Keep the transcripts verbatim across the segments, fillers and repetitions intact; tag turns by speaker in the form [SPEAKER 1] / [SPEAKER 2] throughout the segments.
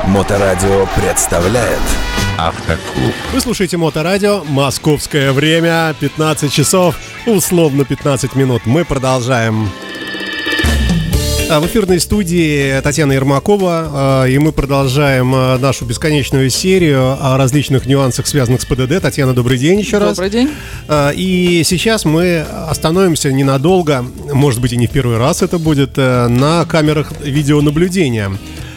[SPEAKER 1] Моторадио представляет Автоклуб.
[SPEAKER 2] Вы слушаете Моторадио, московское время, пятнадцать часов, условно пятнадцать минут. Мы продолжаем. В эфирной студии Татьяна Ермакова, и мы продолжаем нашу бесконечную серию о различных нюансах, связанных с ПДД. Татьяна, добрый день еще раз.
[SPEAKER 3] Добрый день.
[SPEAKER 2] И сейчас мы остановимся ненадолго, может быть и не в первый раз это будет, на камерах видеонаблюдения.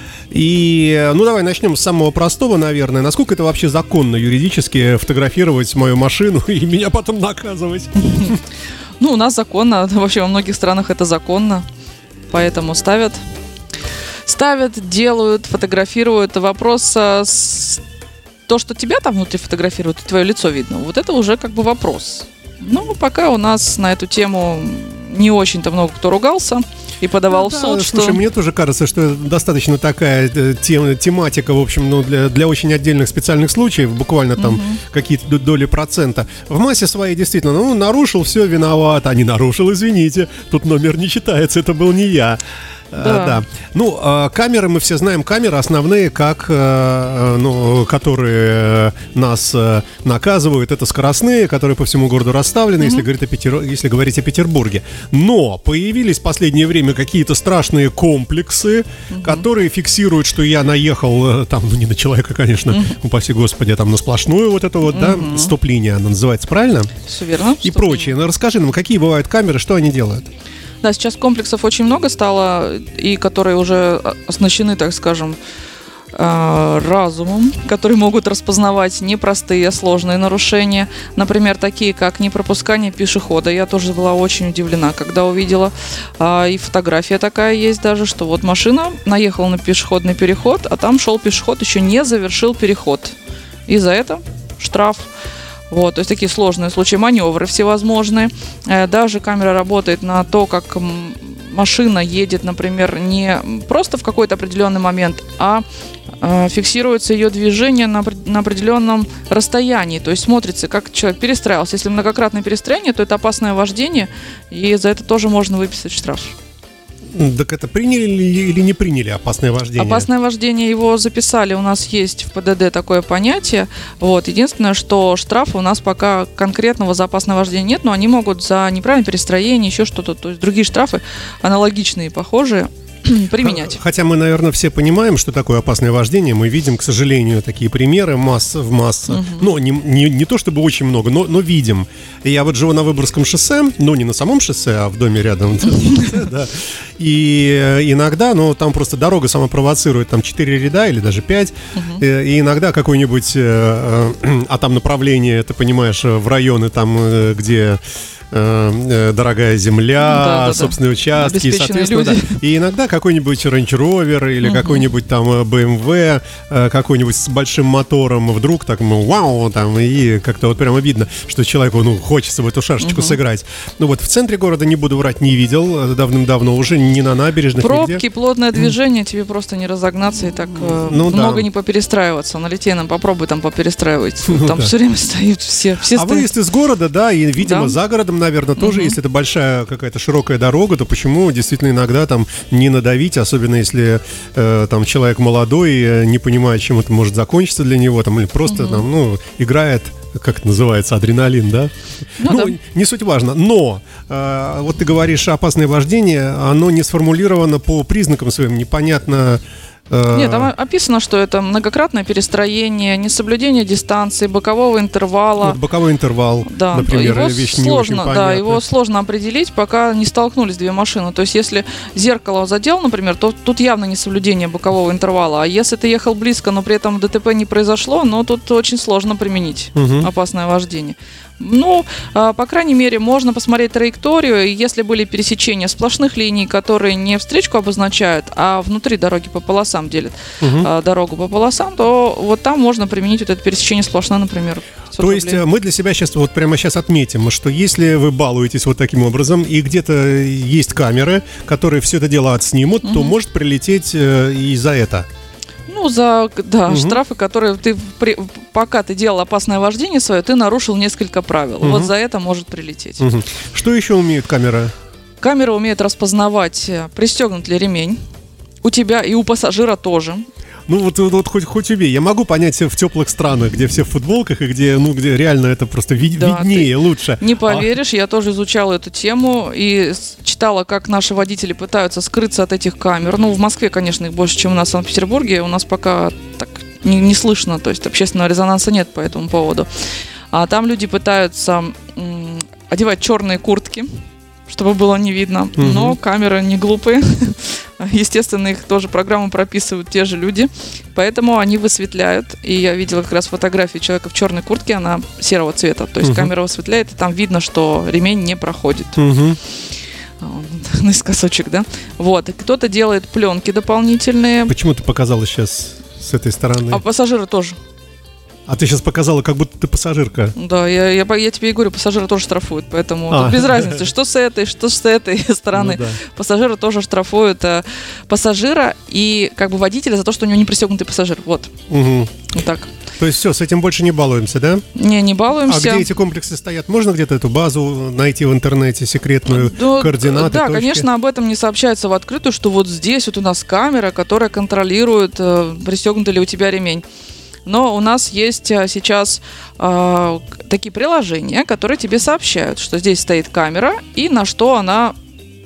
[SPEAKER 2] И, ну, давай начнем с самого простого, наверное. Насколько это вообще законно юридически фотографировать мою машину и меня потом наказывать?
[SPEAKER 3] Ну, у нас законно, вообще во многих странах это законно. Поэтому ставят, ставят, делают, фотографируют. Вопрос, с... то, что тебя там внутри фотографируют, и твое лицо видно, вот это уже как бы вопрос. Ну, пока у нас на эту тему не очень-то много кто ругался и подавал ну, в суд.
[SPEAKER 2] Да,
[SPEAKER 3] что...
[SPEAKER 2] Слушай, мне тоже кажется, что это достаточно такая тем, тематика, в общем, ну, для, для очень отдельных специальных случаев, буквально там угу. какие-то доли процента. В массе своей действительно, ну, нарушил, все, виноват, а не нарушил, извините, тут номер не читается, это был не я. Да. да. Ну, э, камеры, мы все знаем, камеры основные, как, э, ну, которые нас э, наказывают, это скоростные, которые по всему городу расставлены, mm-hmm. если, говорить о Петер... если говорить о Петербурге. Но появились в последнее время какие-то страшные комплексы, mm-hmm. которые фиксируют, что я наехал, там, ну, не на человека, конечно, mm-hmm. упаси господи, а там на сплошную вот эту вот, mm-hmm. да, стоп-линия она называется, правильно?
[SPEAKER 3] Все верно.
[SPEAKER 2] И прочее. Ну, расскажи нам, какие бывают камеры, что они делают?
[SPEAKER 3] Да, сейчас комплексов очень много стало, и которые уже оснащены, так скажем, разумом, которые могут распознавать непростые, сложные нарушения. Например, такие, как непропускание пешехода. Я тоже была очень удивлена, когда увидела. И фотография такая есть даже, что вот машина наехала на пешеходный переход, а там шел пешеход, еще не завершил переход. И за это штраф. Вот, то есть такие сложные случаи, маневры всевозможные. Даже камера работает на то, как машина едет, например, не просто в какой-то определенный момент, а фиксируется ее движение на, на определенном расстоянии. То есть смотрится, как человек перестраивался. Если многократное перестроение, то это опасное вождение, и за это тоже можно выписать штраф.
[SPEAKER 2] Так это приняли или не приняли опасное вождение?
[SPEAKER 3] Опасное вождение его записали, у нас есть в ПДД такое понятие. Вот. Единственное, что штрафа у нас пока конкретного за опасное вождение нет, но они могут за неправильное перестроение, еще что-то, то есть другие штрафы аналогичные, похожие, применять.
[SPEAKER 2] Хотя мы, наверное, все понимаем, что такое опасное вождение. Мы видим, к сожалению, такие примеры масса в массу. Угу. Ну, не, не, не то чтобы очень много, но, но видим. Я вот живу на Выборгском шоссе, но не на самом шоссе, а в доме рядом. И иногда, ну, там просто дорога сама провоцирует, там четыре ряда или даже пять. И иногда какой-нибудь, а там направление, ты понимаешь, в районы там, где... дорогая земля, да, да, собственные да. участки, и, соответственно, да. И иногда какой-нибудь Range Rover или угу. какой-нибудь там бэ эм вэ, какой-нибудь с большим мотором, вдруг так, ну, вау, там, и как-то вот прямо видно, что человеку, ну, хочется в эту шашечку угу. сыграть. Ну вот в центре города, не буду врать, не видел давным-давно, уже не на набережных.
[SPEAKER 3] Пробки,
[SPEAKER 2] нигде.
[SPEAKER 3] Плотное движение, тебе просто не разогнаться и так ну, много да. не поперестраиваться. На Литейном попробуй там поперестраивать. Ну, там да. все время стоят все. все
[SPEAKER 2] а
[SPEAKER 3] стоят.
[SPEAKER 2] выезд из города, да, и, видимо,
[SPEAKER 3] да.
[SPEAKER 2] за городом, наверное, тоже, угу. если это большая какая-то широкая дорога, то почему действительно иногда там не надавить, особенно если э, там человек молодой, не понимает, чем это может закончиться для него, там, или просто угу. там, ну, играет, как это называется, адреналин, да? Ну, ну да. не суть важно. Но, э, вот ты говоришь, опасное вождение, оно не сформулировано по признакам своим, непонятно...
[SPEAKER 3] Нет, там описано, что это многократное перестроение, несоблюдение дистанции, бокового интервала.
[SPEAKER 2] Вот боковой интервал, да, например,
[SPEAKER 3] его
[SPEAKER 2] вещь
[SPEAKER 3] сложно,
[SPEAKER 2] не очень понятная.
[SPEAKER 3] Да, его сложно определить, пока не столкнулись две машины. То есть, если зеркало задел, например, то тут явно несоблюдение бокового интервала. А если ты ехал близко, но при этом ДТП не произошло, но тут очень сложно применить угу. опасное вождение. Ну, по крайней мере, можно посмотреть траекторию. Если были пересечения сплошных линий, которые не встречку обозначают, а внутри дороги по полосам делят угу. дорогу по полосам, то вот там можно применить вот это пересечение сплошное, например.
[SPEAKER 2] То есть мы для себя сейчас, вот прямо сейчас отметим, что если вы балуетесь вот таким образом, и где-то есть камеры, которые все это дело отснимут, угу. то может прилететь и за это.
[SPEAKER 3] Ну, за да, угу. штрафы, которые ты, при, пока ты делал опасное вождение свое, ты нарушил несколько правил. Угу. Вот за это может прилететь.
[SPEAKER 2] Угу. Что еще умеет камера?
[SPEAKER 3] Камера умеет распознавать, пристегнут ли ремень. У тебя и у пассажира тоже.
[SPEAKER 2] Ну вот, вот, вот хоть, хоть убей. Я могу понять в теплых странах, где все в футболках и где, ну, где реально это просто ви-
[SPEAKER 3] Да,
[SPEAKER 2] виднее, лучше.
[SPEAKER 3] Не поверишь, а... я тоже изучала эту тему и читала, как наши водители пытаются скрыться от этих камер. Ну, в Москве, конечно, их больше, чем у нас в Санкт-Петербурге. У нас пока так не, не слышно, то есть общественного резонанса нет по этому поводу. А там люди пытаются м- одевать черные куртки, чтобы было не видно. Угу. Но камеры не глупые. Естественно, их тоже программу прописывают те же люди. Поэтому они высветляют. И я видела как раз фотографию человека в черной куртке. Она серого цвета. То есть угу. камера высветляет, и там видно, что ремень не проходит.
[SPEAKER 2] Угу.
[SPEAKER 3] Наискосочек, да? Вот. И кто-то делает пленки дополнительные.
[SPEAKER 2] Почему ты показала сейчас с этой стороны?
[SPEAKER 3] А пассажиры тоже.
[SPEAKER 2] А ты сейчас показала, как будто ты пассажирка.
[SPEAKER 3] Да, я, я, я тебе и говорю, пассажиры тоже штрафуют, поэтому
[SPEAKER 2] а.
[SPEAKER 3] тут без разницы, что с этой, что с этой стороны. Ну, да. Пассажиры тоже штрафуют а, пассажира и как бы водителя за то, что у него не пристегнутый пассажир. Вот.
[SPEAKER 2] Угу.
[SPEAKER 3] Вот так.
[SPEAKER 2] То есть все, с этим больше не балуемся, да?
[SPEAKER 3] Не, не балуемся.
[SPEAKER 2] А где эти комплексы стоят? Можно где-то эту базу найти в интернете, секретную, да, координаты,
[SPEAKER 3] Да,
[SPEAKER 2] точки?
[SPEAKER 3] Конечно, об этом не сообщается в открытую, что вот здесь вот у нас камера, которая контролирует, э, пристегнутый ли у тебя ремень. Но у нас есть сейчас э, такие приложения, которые тебе сообщают, что здесь стоит камера и на что она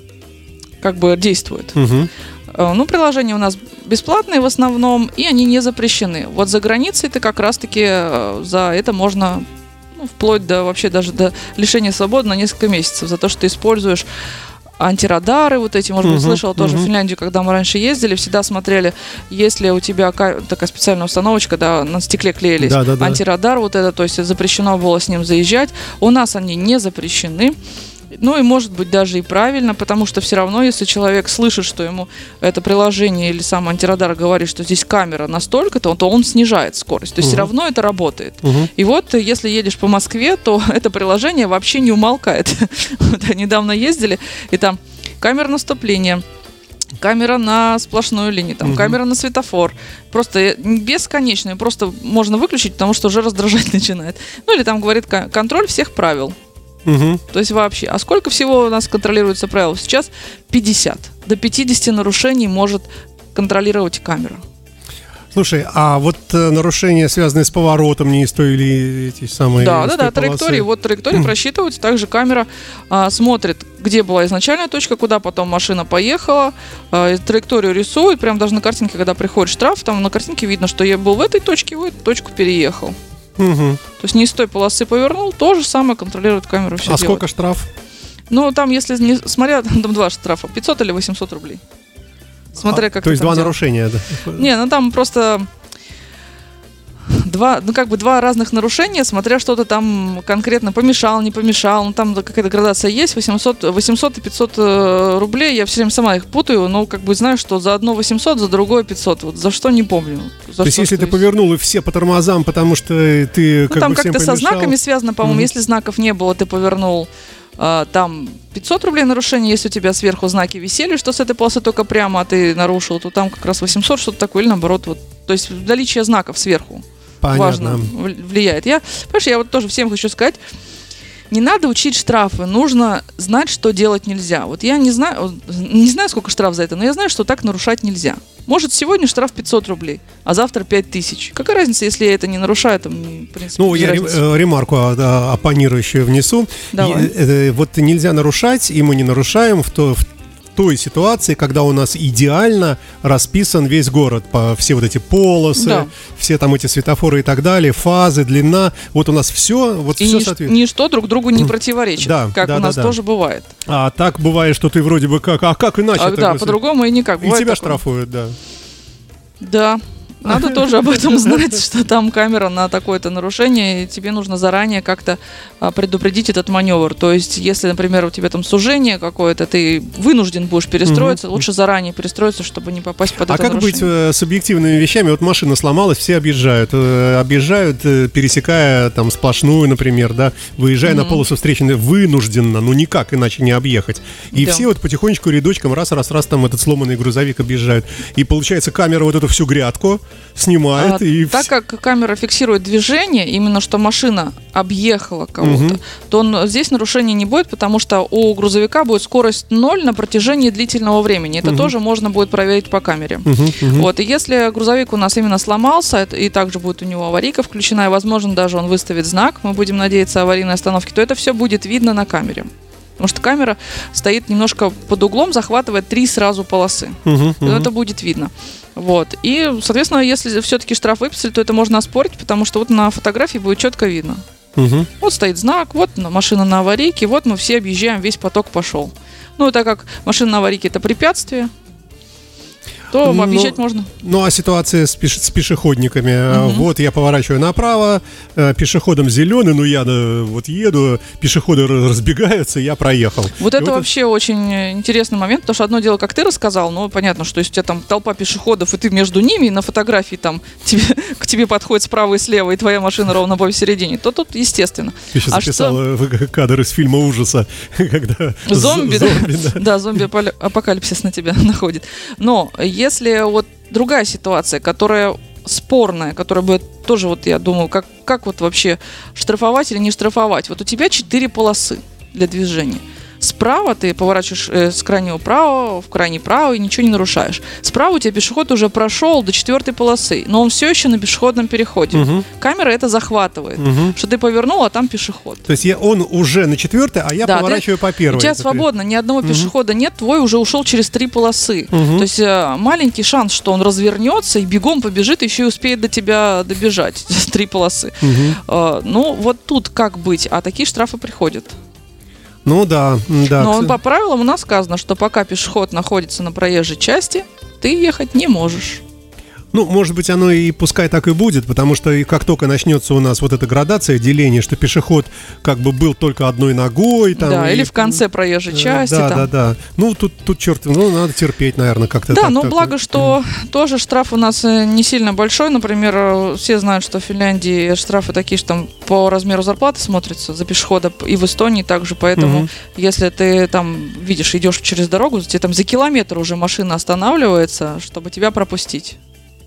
[SPEAKER 3] как бы действует.
[SPEAKER 2] Угу.
[SPEAKER 3] Э, ну, приложения у нас бесплатные в основном, и они не запрещены. Вот за границей ты как раз-таки э, за это можно, ну, вплоть до вообще даже до лишения свободы на несколько месяцев за то, что ты используешь антирадары, вот эти, может быть, uh-huh, слышала тоже uh-huh. в Финляндию, когда мы раньше ездили, всегда смотрели, есть ли у тебя такая специальная установочка, да, на стекле клеились,
[SPEAKER 2] да, да, да.
[SPEAKER 3] антирадар вот это, то есть запрещено было с ним заезжать. У нас они не запрещены. Ну и может быть даже и правильно, потому что все равно, если человек слышит, что ему это приложение или сам антирадар говорит, что здесь камера настолько-то, то он снижает скорость. То есть угу. все равно это работает. Угу. И вот если едешь по Москве, то это приложение вообще не умолкает. Вот, недавно ездили, и там камера наступления, камера на сплошную линию, там, угу. камера на светофор. Просто бесконечную, просто можно выключить, потому что уже раздражать начинает. Ну или там говорит контроль всех правил.
[SPEAKER 2] Угу.
[SPEAKER 3] То есть вообще. А сколько всего у нас контролируется правил? Сейчас пятьдесят. До пятьдесят нарушений может контролировать камера.
[SPEAKER 2] Слушай, а вот э, нарушения, связанные с поворотом, не стоили эти самые...
[SPEAKER 3] Да, да, да, траектории. Вот траектории просчитываются. Также камера а, смотрит, где была изначальная точка, куда потом машина поехала. А, траекторию рисует. Прям даже на картинке, когда приходит штраф, там на картинке видно, что я был в этой точке, в эту точку переехал.
[SPEAKER 2] Угу.
[SPEAKER 3] То есть не с той полосы повернул, то же самое контролирует камеру. Все
[SPEAKER 2] а
[SPEAKER 3] делает.
[SPEAKER 2] Сколько штраф?
[SPEAKER 3] Ну, там, если не смотря, там два штрафа, пятьсот или восемьсот рублей. Смотря
[SPEAKER 2] а,
[SPEAKER 3] как
[SPEAKER 2] то есть два
[SPEAKER 3] делал.
[SPEAKER 2] нарушения, да?
[SPEAKER 3] Не, ну там просто два, ну как бы два разных нарушения, смотря что-то там конкретно помешал, не помешал. Ну там какая-то градация есть, восемьсот, восемьсот и пятьсот э, рублей. Я все время сама их путаю, но как бы знаю, что за одно восемьсот, за другое пятьсот. Вот за что не помню. За
[SPEAKER 2] то есть если ты
[SPEAKER 3] есть.
[SPEAKER 2] Повернул и все по тормозам, потому что ты
[SPEAKER 3] ну,
[SPEAKER 2] как
[SPEAKER 3] там
[SPEAKER 2] бы всем
[SPEAKER 3] как-то
[SPEAKER 2] помешал.
[SPEAKER 3] со знаками связано, по-моему.
[SPEAKER 2] Mm-hmm.
[SPEAKER 3] Если знаков не было, ты повернул, э, там пятьсот рублей нарушение. Если у тебя сверху знаки висели, что с этой полосы только прямо, а ты нарушил, то там как раз восемьсот, что-то такое, или наоборот. Вот. То есть наличие знаков сверху.
[SPEAKER 2] Понятно.
[SPEAKER 3] Важно влияет. Я, понимаешь, я вот тоже всем хочу сказать, не надо учить штрафы, нужно знать, что делать нельзя. Вот я не знаю, не знаю, сколько штраф за это, но я знаю, что так нарушать нельзя. Может, сегодня штраф пятьсот рублей, а завтра пять тысяч. Какая разница, если я это не нарушаю? Там, в принципе,
[SPEAKER 2] ну, я ре- ремарку оппонирующую внесу.
[SPEAKER 3] Давай.
[SPEAKER 2] И, э, вот нельзя нарушать, и мы не нарушаем в то... В той ситуации, когда у нас идеально расписан весь город, по все вот эти полосы, да. все там эти светофоры и так далее, фазы, длина, вот у нас все, вот
[SPEAKER 3] и
[SPEAKER 2] все
[SPEAKER 3] нич-
[SPEAKER 2] соответствует.
[SPEAKER 3] Ничто друг другу не противоречит,
[SPEAKER 2] да,
[SPEAKER 3] как
[SPEAKER 2] да,
[SPEAKER 3] у нас
[SPEAKER 2] да, да.
[SPEAKER 3] тоже бывает.
[SPEAKER 2] А так бывает, что ты вроде бы как, а как иначе?
[SPEAKER 3] А, да, по-другому и никак.
[SPEAKER 2] И тебя такое. Штрафуют, да.
[SPEAKER 3] Да. Надо тоже об этом знать, что там камера на такое-то нарушение, и тебе нужно заранее как-то а, предупредить этот маневр. То есть, если, например, у тебя там сужение какое-то, ты вынужден будешь перестроиться, mm-hmm. лучше заранее перестроиться, чтобы не попасть под
[SPEAKER 2] а
[SPEAKER 3] это
[SPEAKER 2] нарушение. А как быть э, с объективными вещами? Вот машина сломалась, все объезжают. Э, объезжают, э, пересекая там сплошную, например, да, выезжая mm-hmm. на полосу встречной, вынужденно, ну никак иначе не объехать. И да. все вот потихонечку рядочком раз-раз-раз там этот сломанный грузовик объезжают. И получается, камера вот эту всю грядку снимает
[SPEAKER 3] а,
[SPEAKER 2] и...
[SPEAKER 3] Так как камера фиксирует движение, именно что машина объехала кого-то, угу. то он, здесь нарушения не будет, потому что у грузовика будет скорость ноль на протяжении длительного времени. Это угу. тоже можно будет проверить по камере. Угу, угу. Вот, и если грузовик у нас именно сломался, и также будет у него аварийка включена, и, возможно, даже он выставит знак, мы будем надеяться, аварийной остановки, то это все будет видно на камере. Потому что камера стоит немножко под углом, захватывает три сразу полосы. Uh-huh, uh-huh. Это будет видно. Вот. И, соответственно, если все-таки штраф выписали, то это можно оспорить, потому что вот на фотографии будет четко видно. Uh-huh. Вот стоит знак, вот машина на аварийке, вот мы все объезжаем, весь поток пошел. Ну, так как машина на аварийке — это препятствие, то ну, объезжать можно.
[SPEAKER 2] Ну, а ситуация с, пеш- с пешеходниками. Угу. Вот я поворачиваю направо, пешеходом зеленый, ну я вот еду, пешеходы разбегаются, я проехал.
[SPEAKER 3] Вот
[SPEAKER 2] И
[SPEAKER 3] это
[SPEAKER 2] вот
[SPEAKER 3] вообще это... очень интересный момент, потому что одно дело, как ты рассказал, ну, понятно, что если у тебя там толпа пешеходов, и ты между ними, и на фотографии там тебе, к тебе подходит справа и слева, и твоя машина ровно посередине, то тут естественно.
[SPEAKER 2] Ты сейчас а записал что... кадр из фильма ужаса, когда...
[SPEAKER 3] Зомби, зомби да, да. да, зомби-апокалипсис на тебя находит. Но если вот другая ситуация, которая спорная, которая бы тоже, вот я думаю, как, как вот вообще штрафовать или не штрафовать. Вот у тебя четыре полосы для движения. Справа ты поворачиваешь э, с крайнего правого в крайний правый и ничего не нарушаешь. Справа у тебя пешеход уже прошел до четвертой полосы, но он все еще на пешеходном переходе. Угу. Камера это захватывает, угу. что ты повернул, а там пешеход.
[SPEAKER 2] То есть я, он уже на четвертой, а я да, поворачиваю
[SPEAKER 3] ты, по
[SPEAKER 2] первой.
[SPEAKER 3] У тебя свободно, ни одного угу. пешехода нет, твой уже ушел через три полосы. Угу. То есть э, маленький шанс, что он развернется и бегом побежит, еще и успеет до тебя добежать. Три полосы. Угу. Э, ну вот тут как быть? А такие штрафы приходят.
[SPEAKER 2] Ну да, да.
[SPEAKER 3] Но по правилам у нас сказано, что пока пешеход находится на проезжей части, ты ехать не можешь.
[SPEAKER 2] Ну, может быть, оно и пускай так и будет, потому что и как только начнется у нас вот эта градация, деление, что пешеход как бы был только одной ногой. Там,
[SPEAKER 3] да,
[SPEAKER 2] и,
[SPEAKER 3] или в конце проезжей части.
[SPEAKER 2] Да,
[SPEAKER 3] там.
[SPEAKER 2] да, да. Ну, тут, тут черт, ну, надо терпеть, наверное, как-то.
[SPEAKER 3] Да,
[SPEAKER 2] так,
[SPEAKER 3] но
[SPEAKER 2] так,
[SPEAKER 3] благо,
[SPEAKER 2] так.
[SPEAKER 3] что mm. тоже штраф у нас не сильно большой. Например, все знают, что в Финляндии штрафы такие, что там по размеру зарплаты смотрятся за пешехода, и в Эстонии также. Поэтому, mm-hmm. если ты там видишь, идешь через дорогу, тебе там за километр уже машина останавливается, чтобы тебя пропустить.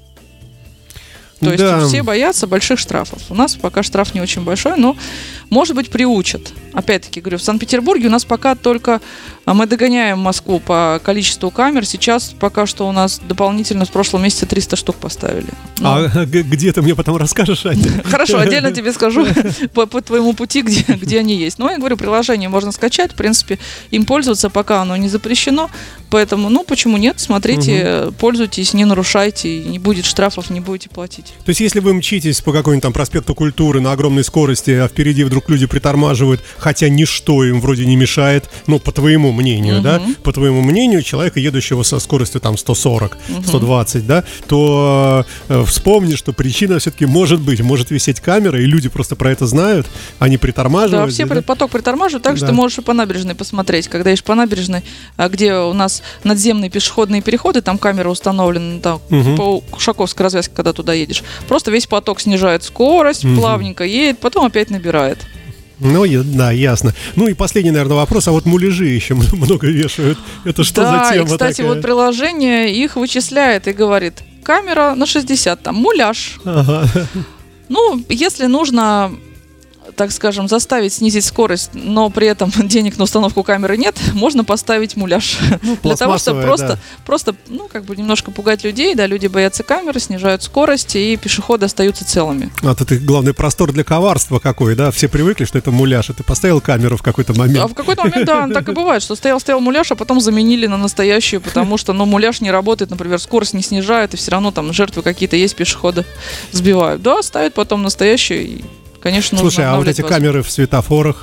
[SPEAKER 3] То
[SPEAKER 2] да.
[SPEAKER 3] есть все боятся больших штрафов. У нас пока штраф не очень большой, но, может быть, приучат. Опять-таки, говорю, в Санкт-Петербурге у нас пока только... Мы догоняем Москву по количеству камер. Сейчас пока что у нас дополнительно с прошлого месяца триста штук поставили.
[SPEAKER 2] Ну, а где ты мне потом расскажешь, Аня?
[SPEAKER 3] Хорошо, отдельно тебе скажу по, по твоему пути, где, где они есть. Но я говорю, приложение можно скачать. В принципе, им пользоваться пока оно не запрещено. Поэтому, ну, почему нет? Смотрите, угу. пользуйтесь, не нарушайте. Не будет штрафов, не будете платить.
[SPEAKER 2] То есть, если вы мчитесь по какому-нибудь там проспекту Культуры на огромной скорости, а впереди вдруг люди притормаживают, хотя ничто им вроде не мешает, ну, по твоему мнению, uh-huh. да, по твоему мнению, человека, едущего со скоростью там сто сорок, uh-huh. сто двадцать, да, то э, вспомни, что причина все-таки может быть, может висеть камера, и люди просто про это знают, они притормаживают.
[SPEAKER 3] Да, все
[SPEAKER 2] да?
[SPEAKER 3] поток притормаживают, так
[SPEAKER 2] да.
[SPEAKER 3] что ты можешь и по набережной посмотреть, когда едешь по набережной, где у нас надземные пешеходные переходы, там камера установлена, там, uh-huh. по Ушаковской развязке, когда туда едешь, просто весь поток снижает скорость, uh-huh. плавненько едет, потом опять набирает.
[SPEAKER 2] Ну, да, ясно. Ну и последний, наверное, вопрос. А вот муляжи еще много вешают. Это что
[SPEAKER 3] да,
[SPEAKER 2] за тема
[SPEAKER 3] и, кстати,
[SPEAKER 2] такая?
[SPEAKER 3] Вот приложение их вычисляет и говорит, камера на шестьдесят, там, муляж. Ага. Ну, если нужно, так скажем, заставить снизить скорость, но при этом денег на установку камеры нет, можно поставить муляж. Ну, для того, чтобы просто, да. просто, ну, как бы немножко пугать людей, да, люди боятся камеры, снижают скорость, и пешеходы остаются целыми.
[SPEAKER 2] А тут, главный простор для коварства какой, да? Все привыкли, что это муляж, и ты поставил камеру в какой-то момент.
[SPEAKER 3] А в какой-то момент, да, так и бывает, что стоял-стоял муляж, а потом заменили на настоящую, потому что, ну, муляж не работает, например, скорость не снижает, и все равно там жертвы какие-то есть, пешеходы сбивают. Да, ставят потом настоящую, и, конечно, нужно.
[SPEAKER 2] Слушай, а вот эти камеры в светофорах?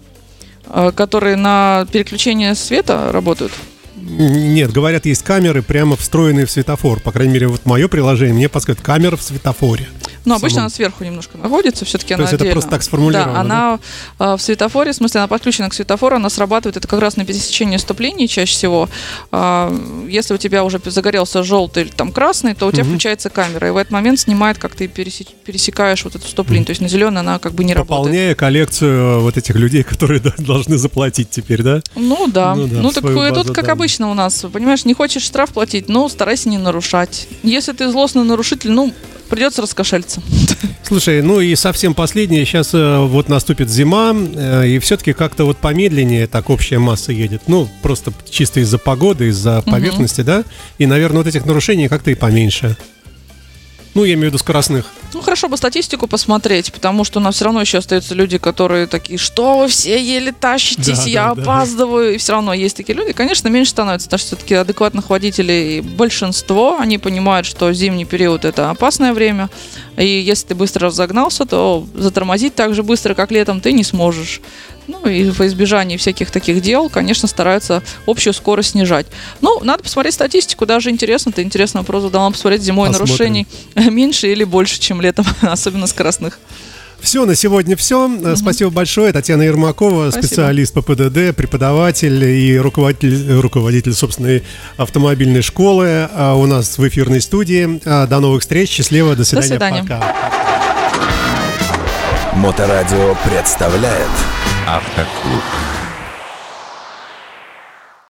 [SPEAKER 3] Которые на переключение света работают?
[SPEAKER 2] Нет, говорят, есть камеры прямо встроенные в светофор. По крайней мере, вот мое приложение мне подсказывает камера в светофоре.
[SPEAKER 3] Ну, обычно
[SPEAKER 2] самом...
[SPEAKER 3] она сверху немножко находится, все-таки она
[SPEAKER 2] отдельно. То есть это просто так сформулировано?
[SPEAKER 3] Да, она да? в светофоре, в смысле, она подключена к светофору, она срабатывает, это как раз на пересечении стоп-линий чаще всего. Если у тебя уже загорелся желтый или там красный, то у тебя угу. включается камера, и в этот момент снимает, как ты пересекаешь вот эту стоп-линию. Угу. То есть на зеленой она как бы не
[SPEAKER 2] Пополняя
[SPEAKER 3] работает.
[SPEAKER 2] Пополняя коллекцию вот этих людей, которые должны заплатить теперь, да?
[SPEAKER 3] Ну да. Ну, да, ну так
[SPEAKER 2] базу,
[SPEAKER 3] тут, как
[SPEAKER 2] да.
[SPEAKER 3] обычно у нас, понимаешь, не хочешь штраф платить, ну старайся не нарушать. Если ты злостный нарушитель, ну придется раскошелиться.
[SPEAKER 2] Слушай, ну и совсем последнее, сейчас э, вот наступит зима, э, и все-таки как-то вот помедленнее так общая масса едет. Ну, просто чисто из-за погоды, из-за поверхности, угу. да? И, наверное, вот этих нарушений как-то и поменьше. Ну, я имею в виду скоростных.
[SPEAKER 3] Ну, хорошо бы статистику посмотреть, потому что у нас все равно еще остаются люди, которые такие, что вы все еле тащитесь, да, я да, опаздываю. Да. И все равно есть такие люди. Конечно, меньше становится, потому что все-таки адекватных водителей большинство. Они понимают, что зимний период – это опасное время. И если ты быстро разогнался, то затормозить так же быстро, как летом, ты не сможешь. Ну и во избежание всяких таких дел, конечно, стараются общую скорость снижать. Ну, надо посмотреть статистику, даже интересно, ты интересный вопрос задал, надо посмотреть зимой Посмотрим. нарушений меньше или больше, чем летом, особенно скоростных.
[SPEAKER 2] Все, на сегодня все. Mm-hmm. Спасибо большое. Татьяна Ермакова, Спасибо. специалист по ПДД, преподаватель и руководитель, руководитель собственной автомобильной школы у нас в эфирной студии. До новых встреч. Счастливо. До свидания.
[SPEAKER 3] До свидания.
[SPEAKER 2] Пока.
[SPEAKER 1] Моторадио представляет Автоклуб.